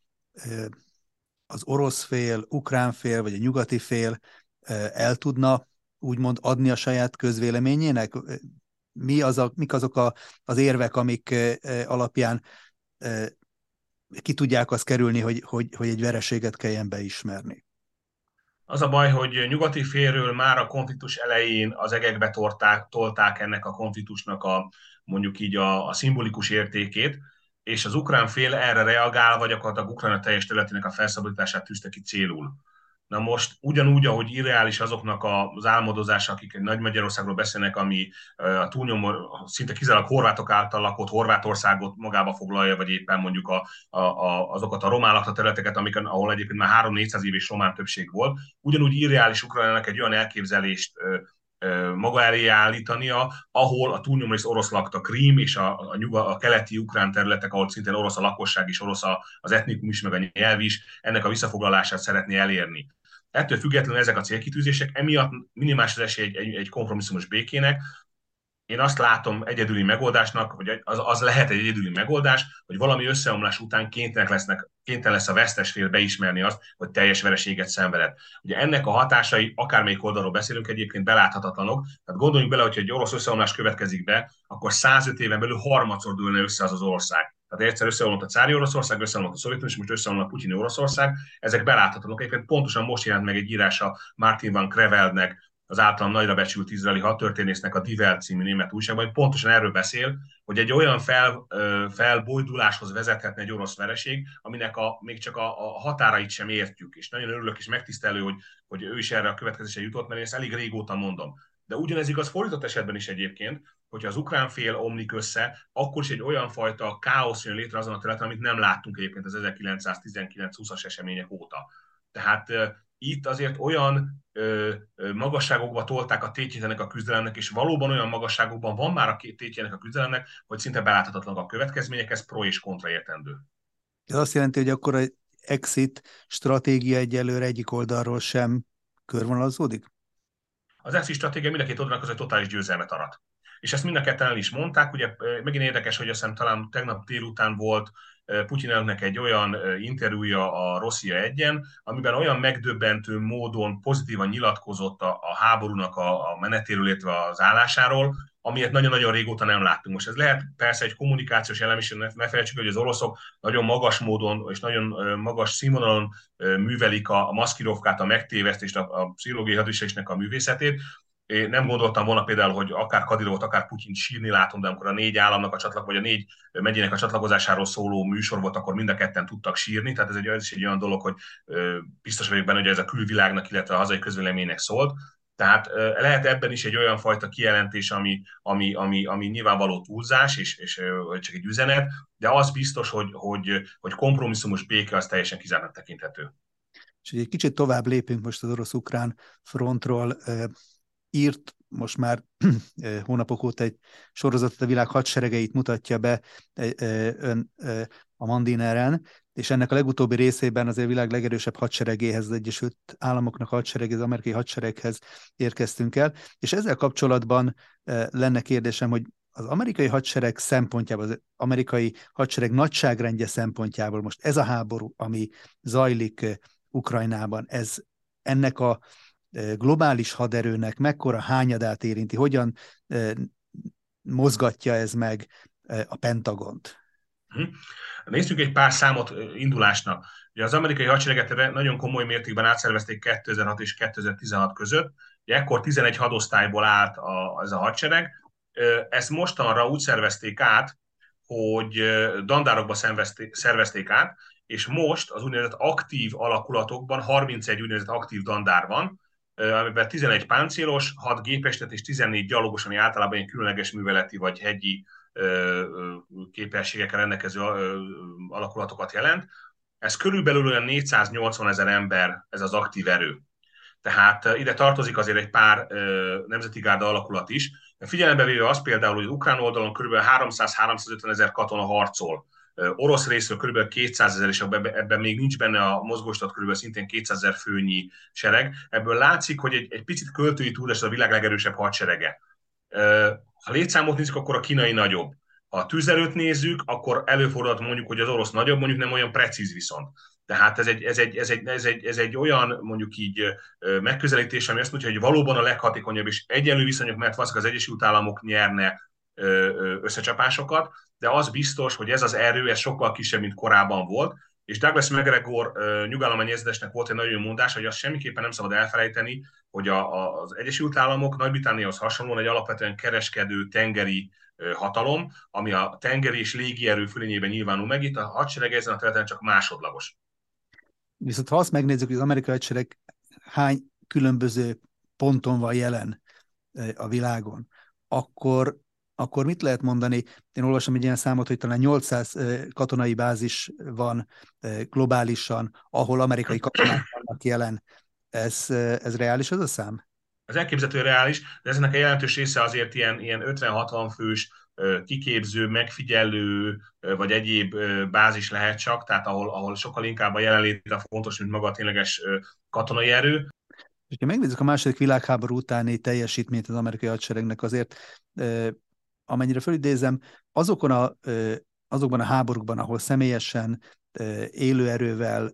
az orosz fél, ukrán fél, vagy a nyugati fél el tudna úgymond adni a saját közvéleményének? Mi az a, mik azok a, az érvek, amik alapján ki tudják azt kerülni, hogy, hogy, hogy egy vereséget kelljen beismerni? Az a baj, hogy nyugati félről már a konfliktus elején az egekbe tolták, tolták ennek a konfliktusnak a mondjuk így a, a szimbolikus értékét, és az ukrán fél erre reagál, gyakorlatilag Ukrajna teljes területének a felszabadítását tűzte ki célul. Na most ugyanúgy, ahogy irreális azoknak az álmodozása, akik egy Nagy Magyarországról beszélnek, ami a túlnyomó, szinte kizárólag horvátok által lakott Horvátországot magába foglalja, vagy éppen mondjuk a, a, a, azokat a román lakta területeket, amiken, ahol egyébként már három-négyszáz év és román többség volt. Ugyanúgy irreális Ukrajnának egy olyan elképzelést maga elé állítania, ahol a túlnyomó rész orosz lakta Krím és a, a, nyuga, a keleti ukrán területek, ahol szintén orosz a lakosság is, orosz a, az etnikum is, meg a nyelv is, ennek a visszafoglalását szeretné elérni. Ettől függetlenül ezek a célkitűzések, emiatt minimális az esély egy, egy, egy kompromisszumos békének. Én azt látom egyedüli megoldásnak, hogy az, az lehet egy egyedüli megoldás, hogy valami összeomlás után kénytelenek lesznek, kénytelen lesz a vesztes fél beismerni azt, hogy teljes vereséget szenvedett. Ugye ennek a hatásai, akármelyik oldalról beszélünk, egyébként beláthatatlanok. Tehát gondoljunk bele, hogyha egy orosz összeomlás következik be, akkor százöt éven belül harmadszor dőlne össze az az ország. Tehát egyszer összeomlott a cári Oroszország, összeomlott a Szovjetunió, és most összeomlott a putyini Oroszország. Ezek beláthatatlanok. Egyébként pontosan most jelent meg egy írása Martin van Creveldnek, az általam nagyra becsült izraeli hadtörténésznek a Die Welt című német újságban, hogy pontosan erről beszél, hogy egy olyan fel, felbojduláshoz vezethetne egy orosz vereség, aminek a, még csak a, a határait sem értjük. És nagyon örülök és megtisztelő, hogy, hogy ő is erre a következésre jutott, mert én ezt elég régóta mondom. De ugyanez igaz fordított esetben is egyébként, hogyha az ukrán fél omlik össze, akkor is egy olyan fajta káosz jön létre azon a területen, amit nem láttunk egyébként az ezerkilencszáztizenkilenc-húszas események óta. Tehát itt azért olyan ö, ö, magasságokba tolták a tétjét ennek a küzdelemnek, és valóban olyan magasságokban van már a tétje ennek a küzdelemnek, hogy szinte beláthatatlanak a következmények, ez pro és kontra értendő. Ez azt jelenti, hogy akkor egy exit stratégia egyelőre egyik oldalról sem körvonalazódik? Az exit stratégia mind a két oldalnak az egy totális győzelmet arat. És ezt mind a ketten el is mondták, ugye megint érdekes, hogy azt hiszem talán tegnap délután volt Putyin elnöknek egy olyan interjúja a Rosszia egyen, amiben olyan megdöbbentő módon pozitívan nyilatkozott a, a háborúnak a, a menetéről, illetve az állásáról, amilyet nagyon-nagyon régóta nem láttunk. Most ez lehet persze egy kommunikációs elem is, ne felejtsük, hogy az oroszok nagyon magas módon és nagyon magas színvonalon művelik a, a maszkirovkát, a megtévesztést, a, a pszichológiai hadviselésnek a művészetét. Én nem gondoltam volna például, hogy akár Kadirovot, akár Putyin sírni látom, de amikor a négy államnak a csatlak, vagy a négy megyének a csatlakozásáról szóló műsor volt, akkor mind a ketten tudtak sírni. Tehát ez egy, ez is egy olyan dolog, hogy biztos vagyok benne, hogy ez a külvilágnak, illetve a hazai közvéleménynek szólt. Tehát lehet ebben is egy olyan fajta kijelentés, ami, ami, ami, ami nyilvánvaló túlzás, és, és csak egy üzenet, de az biztos, hogy, hogy, hogy kompromisszumos béke az teljesen kizártnak tekinthető. És egy kicsit tovább lépünk most az orosz-ukrán frontról. Írt most már hónapok óta egy sorozatot, a világ hadseregeit mutatja be ön a Mandineren, és ennek a legutóbbi részében azért a világ legerősebb hadseregéhez, az Egyesült Államoknak hadseregéhez, az amerikai hadsereghez érkeztünk el, és ezzel kapcsolatban lenne kérdésem, hogy az amerikai hadsereg szempontjából, az amerikai hadsereg nagyságrendje szempontjából most ez a háború, ami zajlik Ukrajnában, ez ennek a globális haderőnek mekkora hányadát érinti, hogyan mozgatja ez meg a Pentagont? Nézzük egy pár számot indulásnak. Ugye az amerikai hadsereget nagyon komoly mértékben átszervezték kétezer-hat és kétezer-tizenhat között. Ugye ekkor tizenegy hadosztályból állt a, ez a hadsereg. Ezt mostanra úgy szervezték át, hogy dandárokba szervezték át, és most az úgynevezett aktív alakulatokban harmincegy úgynevezett aktív dandár van, amiben tizenegy páncélos, hat gépestet és tizennégy gyalogos, ami általában egy különleges műveleti vagy hegyi képességekkel rendelkező alakulatokat jelent. Ez körülbelül olyan négyszáznyolcvan ezer ember, ez az aktív erő. Tehát ide tartozik azért egy pár nemzeti gárda alakulat is. Figyelembe véve azt például, hogy az ukrán oldalon kb. háromszáz-háromszázötven ezer katona harcol, orosz részről kb. kétszázezer, és ebben még nincs benne a mozgóstat kb. Szintén kétszázezer főnyi sereg. Ebből látszik, hogy egy, egy picit költői túlás a világ legerősebb hadserege. Ha létszámot nézzük, akkor a kínai nagyobb. Ha a tűzerőt nézzük, akkor előfordulhat mondjuk, hogy az orosz nagyobb, mondjuk nem olyan precíz viszont. Tehát ez egy, ez, egy, ez, egy, ez, egy, ez egy olyan mondjuk így megközelítés, ami azt mondja, hogy valóban a leghatékonyabb és egyenlő viszonyok mellett valószínűleg az Egyesült Államok nyerne összecsapásokat, de az biztos, hogy ez az erő, ez sokkal kisebb, mint korábban volt, és Douglas McGregor nyugalományi ezredesnek volt egy nagyon jó mondás, hogy azt semmiképpen nem szabad elfelejteni, hogy a, a, az Egyesült Államok Nagy-Britanniához hasonlóan egy alapvetően kereskedő tengeri hatalom, ami a tengeri és légierő fölényében nyilvánul meg, itt a hadsereg ezen a területen csak másodlagos. Viszont ha azt megnézzük, hogy az amerikai hadsereg hány különböző ponton van jelen a világon, akkor, akkor mit lehet mondani? Én olvasom egy ilyen számot, hogy talán nyolcszáz katonai bázis van globálisan, ahol amerikai katonák vannak jelen. Ez, ez reális az a szám? Ez elképzelhető reális, de eznek a jelentős része azért ilyen, ilyen ötven-hatvan fős kiképző, megfigyelő, vagy egyéb bázis lehet csak, tehát ahol, ahol sokkal inkább a jelenléte fontos, mint maga a tényleges katonai erő. És ha megnézzük a második világháború utáni teljesítményt az amerikai hadseregnek, azért amennyire fölidézem, azokon a, azokban a háborúkban, ahol személyesen élő erővel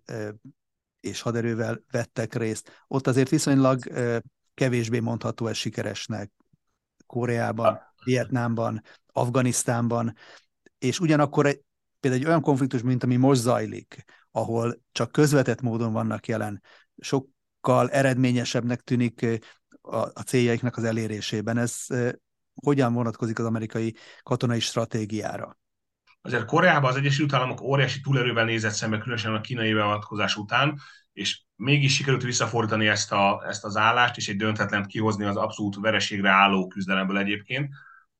és haderővel vettek részt, ott azért viszonylag kevésbé mondható ez sikeresnek. Koreában, Vietnámban, Afganisztánban, és ugyanakkor egy, például egy olyan konfliktus, mint ami most zajlik, ahol csak közvetett módon vannak jelen, sokkal eredményesebbnek tűnik a, a céljaiknak az elérésében. Ez eh, hogyan vonatkozik az amerikai katonai stratégiára? Azért Koreában az Egyesült Államok óriási túlerővel nézett szembe, különösen a kínai beavatkozás után, és mégis sikerült visszafordítani ezt, a, ezt az állást, és egy döntetlent kihozni az abszolút vereségre álló küzdelemből egyébként.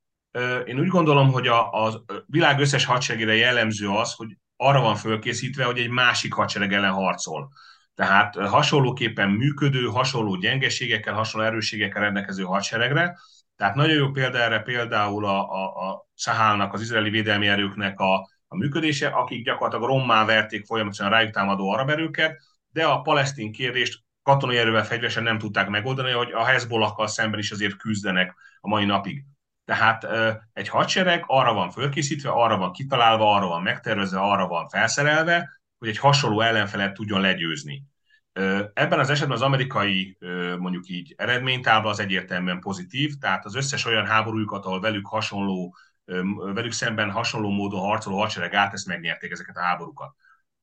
Én úgy gondolom, hogy a, a világ összes hadseregére jellemző az, hogy arra van fölkészítve, hogy egy másik hadsereg ellen harcol. Tehát hasonlóképpen működő, hasonló gyengeségekkel, hasonló erősségekkel rendelkező hadseregre. Tehát nagyon jó példa erre például a, a, a Szahálnak, az izraeli védelmi erőknek a, a működése, akik gyakorlatilag rommá verték folyamatosan rájuk támadó arab erőket, de a palesztin kérdést katonai erővel fegyveresen nem tudták megoldani, hogy a Hezbollakkal szemben is azért küzdenek a mai napig. Tehát egy hadsereg arra van fölkészítve, arra van kitalálva, arra van megtervezve, arra van felszerelve, hogy egy hasonló ellenfelet tudjon legyőzni. Ebben az esetben az amerikai mondjuk így eredménytábla az egyértelműen pozitív, tehát az összes olyan háborújukat, ahol velük hasonló, velük szemben hasonló módon harcoló hadsereg állt, ezt megnyerték ezeket a háborúkat.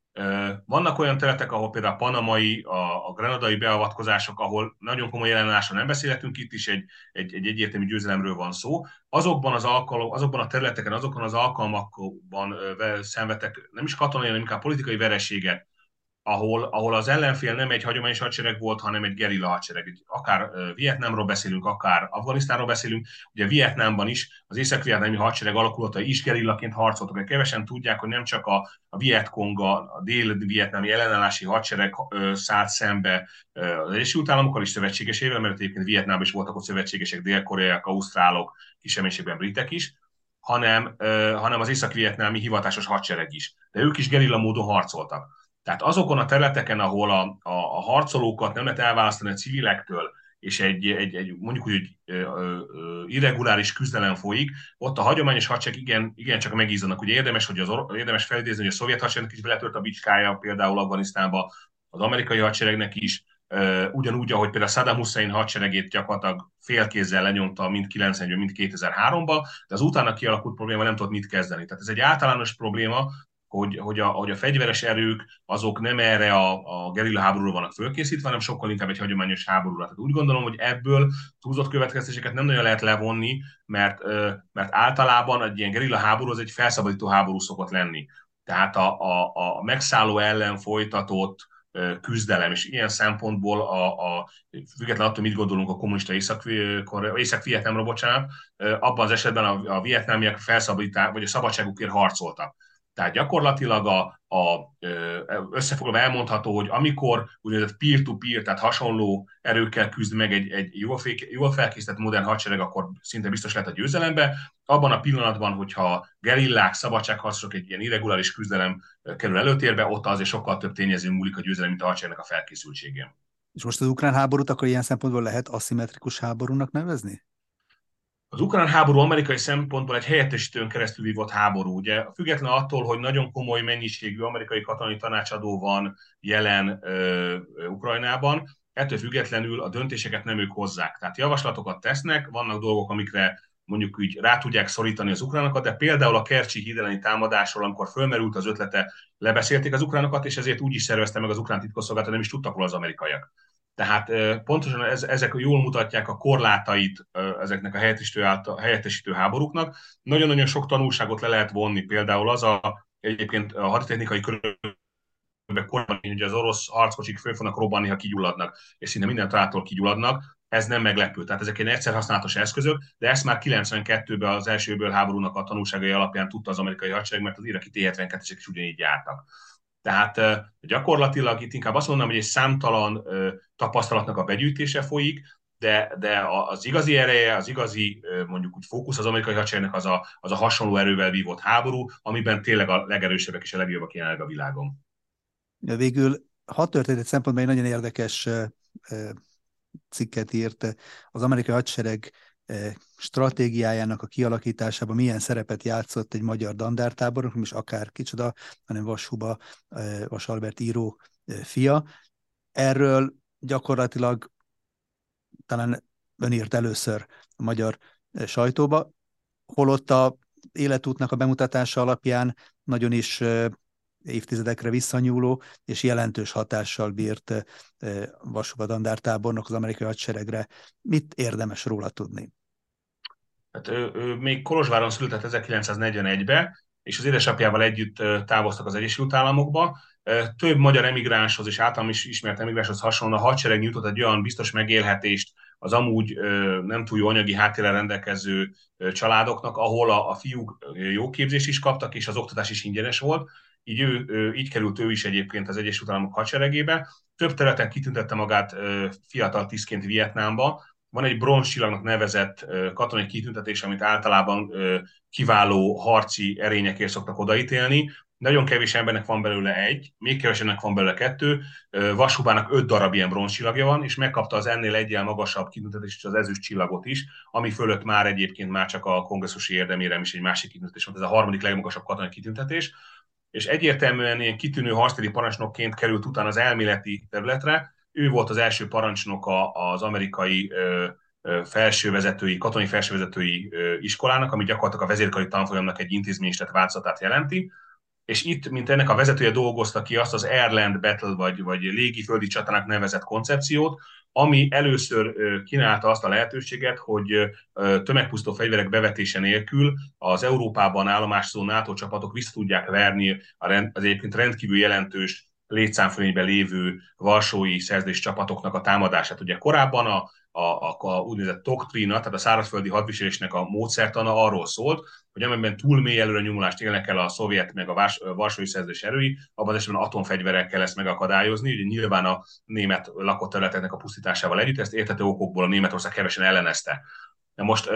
Vannak olyan területek, ahol például a panamai, a, a grenadai beavatkozások, ahol nagyon komoly ellenállásról nem beszélhetünk, itt is egy, egy, egy egyértelmű győzelemről van szó. Azokban, az alkalom, azokban a területeken, azokon az alkalmakban szenvedtek nem is katonai, hanem inkább politikai vereséget, ahol, ahol az ellenfél nem egy hagyományos hadsereg volt, hanem egy gerilla hadsereg. Akár Vietnámról beszélünk, akár Afganisztánról beszélünk. Ugye Vietnámban is az észak-vietnámi hadsereg alakulatai is gerillaként harcoltak. Kevesen tudják, hogy nem csak a, a Vietkong, a dél-vietnámi ellenállási hadsereg szállt szembe az Egyesült Államokkal is szövetségesével, mert egyébként Vietnámban is voltak ott szövetségesek, dél-koreaiak, ausztrálok, kisebb britek is, hanem, hanem az észak-vietnámi hivatásos hadsereg is. De ők is gerilla módon harcoltak. Tehát azokon a területeken, ahol a, a, a harcolókat nem lehet elválasztani a civilektől, és egy, egy, egy mondjuk úgy egy ö, ö, irreguláris küzdelem folyik, ott a hagyományos hadsereg igen, igen csak megízzanak. Ugye érdemes, hogy az, érdemes felidézni, hogy a szovjet hadseregnek is beletört a bicskája, például Afganisztánba, az amerikai hadseregnek is, ö, ugyanúgy, ahogy például Saddam Hussein hadseregét gyakorlatilag félkézzel lenyomta mind kilencvenben, mind kétezer-háromban, de az utána kialakult probléma nem tudott mit kezdeni. Tehát ez egy általános probléma, hogy, hogy, a, hogy a fegyveres erők azok nem erre a, a gerilla háborúra vannak fölkészítve, hanem sokkal inkább egy hagyományos háborúra. Tehát úgy gondolom, hogy ebből túlzott következtéseket nem nagyon lehet levonni, mert, mert általában egy ilyen gerilla háború az egy felszabadító háború szokott lenni. Tehát a, a, a megszálló ellen folytatott küzdelem, és ilyen szempontból a, a független attól, mit gondolunk a kommunista Észak-Vietnámról, bocsánat, abban az esetben a, a vietnámiak felszabadítás, vagy a szabadságukért harcoltak. Tehát gyakorlatilag a, a, összefoglalva elmondható, hogy amikor úgynevezett peer-to-peer, tehát hasonló erőkkel küzd meg egy, egy jól, fék, jól felkészített modern hadsereg, akkor szinte biztos lehet a győzelembe. Abban a pillanatban, hogyha gerillák, szabadságharcosok, egy ilyen irreguláris küzdelem kerül előtérbe, ott azért sokkal több tényező múlik a győzelem, mint a hadseregnek a felkészültségén. És most az ukrán háborút akkor ilyen szempontból lehet aszimmetrikus háborúnak nevezni? Az ukrán háború amerikai szempontból egy helyettesítőn keresztül vívott háború. Ugye, független attól, hogy nagyon komoly mennyiségű amerikai katonai tanácsadó van jelen ö, Ukrajnában, ettől függetlenül a döntéseket nem ők hozzák. Tehát javaslatokat tesznek, vannak dolgok, amikre mondjuk úgy rá tudják szorítani az ukránokat, de például a Kercsi híd elleni támadásról, amikor fölmerült az ötlete, lebeszélték az ukránokat, és ezért úgy is szervezte meg az ukrán titkosszolgálat, nem is tudtak róla az amerikaiak. Tehát pontosan ez, ezek jól mutatják a korlátait ezeknek a helyettesítő, által, helyettesítő háborúknak. Nagyon-nagyon sok tanulságot le lehet vonni, például az a, egyébként a haditechnikai körökben korábban, hogy az orosz harckocsik föl fognak robbanni, ha kigyulladnak, és szinte minden trától kigyulladnak. Ez nem meglepő. Tehát ezek egy egyszer használatos eszközök, de ezt már kilencvenkettőben az első öböl háborúnak a tanulságai alapján tudta az amerikai hadsereg, mert az iraki té hetvenkettesek is ugyanígy jártak. Tehát gyakorlatilag itt inkább azt mondom, hogy egy számtalan tapasztalatnak a begyűjtése folyik, de, de az igazi ereje, az igazi mondjuk úgy fókusz az amerikai hadseregnek az a, az a hasonló erővel vívott háború, amiben tényleg a legerősebbek és a legjobbak jelenleg a világon. Ja, végül hadtörténet szempontból egy nagyon érdekes cikket írt az amerikai hadsereg stratégiájának a kialakításában milyen szerepet játszott egy magyar dandártábornok, nem is akár kicsoda, hanem Vas Huba, Vas Albert író fia. Erről gyakorlatilag talán ön írt először a magyar sajtóba, holott a életútnak a bemutatása alapján nagyon is évtizedekre visszanyúló és jelentős hatással bírt Vas Huba dandártábornok az amerikai hadseregre. Mit érdemes róla tudni? Hát ő, ő még Kolozsváron született ezerkilencszáznegyvenegyben, és az édesapjával együtt távoztak az Egyesült Államokba. Több magyar emigránshoz és általam is ismert emigránshoz hasonlóan a hadsereg nyújtott egy olyan biztos megélhetést az amúgy nem túl jó anyagi háttérrel rendelkező családoknak, ahol a, a fiúk jó képzést is kaptak, és az oktatás is ingyenes volt. Így, ő, ő, így került ő is egyébként az Egyesült Államok hadseregébe. Több területen kitüntette magát fiatal tisztként Vietnámba. Van egy bronzcsillagnak nevezett katonai kitüntetés, amit általában kiváló harci erényekért szoktak odaítélni. Nagyon kevés embernek van belőle egy, még kevesebbnek van belőle kettő. Vas Hubának öt darab ilyen bronzcsillagja van, és megkapta az ennél egyel magasabb kitüntetést, az ezüst csillagot is, ami fölött már egyébként már csak a kongresszusi érdemérem is egy másik kitüntetés volt, ez a harmadik legmagasabb katonai kitüntetés. És egyértelműen ilyen kitűnő harctéri parancsnokként került utána az elméleti területre. Ő volt az első parancsnoka az amerikai felsővezetői, katonai felsővezetői iskolának, ami gyakorlatilag a vezérkari tanfolyamnak egy intézményesített változatát jelenti. És itt, mint ennek a vezetője dolgozta ki azt az Airland Battle, vagy, vagy légiföldi csatának nevezett koncepciót, ami először kínálta azt a lehetőséget, hogy tömegpusztító fegyverek bevetése nélkül az Európában állomásozó NATO csapatok vissza tudják verni az egyébként rendkívül jelentős létszámfölényben lévő varsói szerződés csapatoknak a támadását. Ugye korábban a, a, a, a úgynevezett doktrína, tehát a szárazföldi hadviselésnek a módszertana arról szólt, hogy amelyben túl mély előre nyomulást élnek el a szovjet meg a Várs- varsói szerződés erői, abban az esetben atomfegyverekkel ezt megakadályozni. Ugye nyilván a német lakott területeknek a pusztításával együtt, ezt érthető okokból a Németország kevesen ellenezte. De most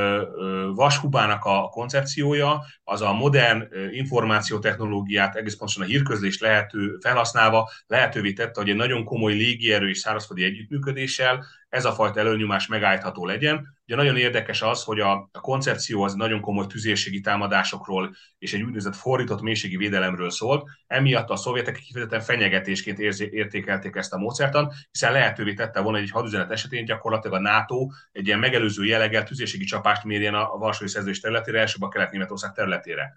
Vas Hubának a koncepciója az a modern információtechnológiát, egész pontosan a hírközlést lehető, felhasználva lehetővé tette, hogy egy nagyon komoly légierő és szárazföldi együttműködéssel ez a fajta előnyomás megállítható legyen. Ugye nagyon érdekes az, hogy a, a koncepció az nagyon komoly tüzérségi támadásokról és egy úgynevezett fordított mélységi védelemről szólt. Emiatt a szovjetek kifejezetten fenyegetésként értékelték ezt a módszertant, hiszen lehetővé tette volna, hogy egy hadüzenet esetén gyakorlatilag a NATO egy ilyen megelőző jelleggel tüzérségi csapást mérjen a, a Varsói Szerződés területére, elsőbb a Kelet-Németország területére.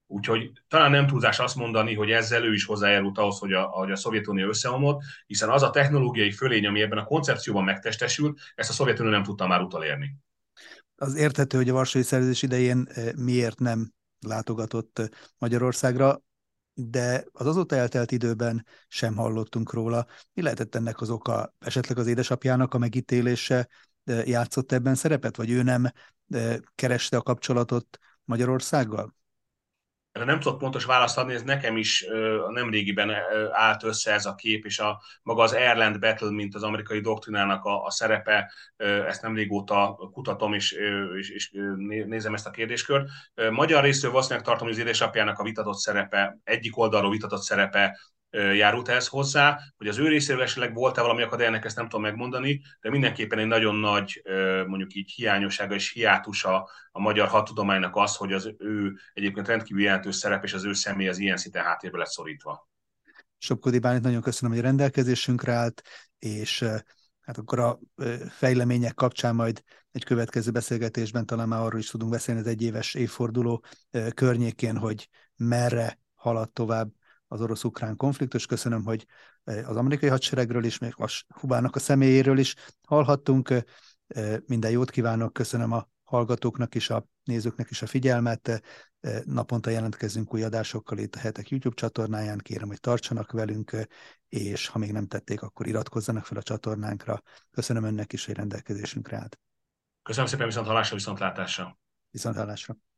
Úgyhogy talán nem túlzás azt mondani, hogy ezzel ő is hozzájárult ahhoz, hogy a, hogy a Szovjetunió összeomlott, hiszen az a technológiai fölény, ami ebben a koncepcióban megtestesült, ezt a Szovjetunió nem tudta már utolérni. Az érthető, hogy a Varsói Szerződés idején miért nem látogatott Magyarországra, de az azóta eltelt időben sem hallottunk róla. Mi lehetett ennek az oka? Esetleg az édesapjának a megítélése játszott ebben szerepet, vagy ő nem kereste a kapcsolatot Magyarországgal? Erre nem tudok pontos választ adni, ez nekem is uh, nemrégiben uh, állt össze ez a kép, és a, maga az Airland Battle, mint az amerikai doktrinának a, a szerepe, uh, ezt nem régóta kutatom, és, uh, és, és uh, nézem ezt a kérdéskört. Uh, magyar részről valószínűleg tartom, hogy az édesapjának a vitatott szerepe, egyik oldalról vitatott szerepe járult ehhez hozzá, hogy az ő részéről esetleg volt-e valami akadélynek, ezt nem tudom megmondani, de mindenképpen egy nagyon nagy, mondjuk így hiányossága és hiátusa a magyar hadtudománynak az, hogy az ő egyébként rendkívül jelentős szerep és az ő személy az ilyen szinten háttérbe lett szorítva. Sopkodi Bálint, nagyon köszönöm, hogy rendelkezésünkre állt, és hát akkor a fejlemények kapcsán majd egy következő beszélgetésben talán már arról is tudunk beszélni az egyéves évforduló környékén, hogy merre halad tovább az orosz-ukrán konfliktus. Köszönöm, hogy az amerikai hadseregről is, még a Hubának a személyéről is hallhattunk. Minden jót kívánok, köszönöm a hallgatóknak is, a nézőknek is a figyelmet. Naponta jelentkezünk új adásokkal itt a Hetek YouTube csatornáján. Kérem, hogy tartsanak velünk, és ha még nem tették, akkor iratkozzanak fel a csatornánkra. Köszönöm önnek is, hogy rendelkezésünkre állt. Köszönöm szépen, viszont hallásra, viszontlátásra. Viszonthallásra.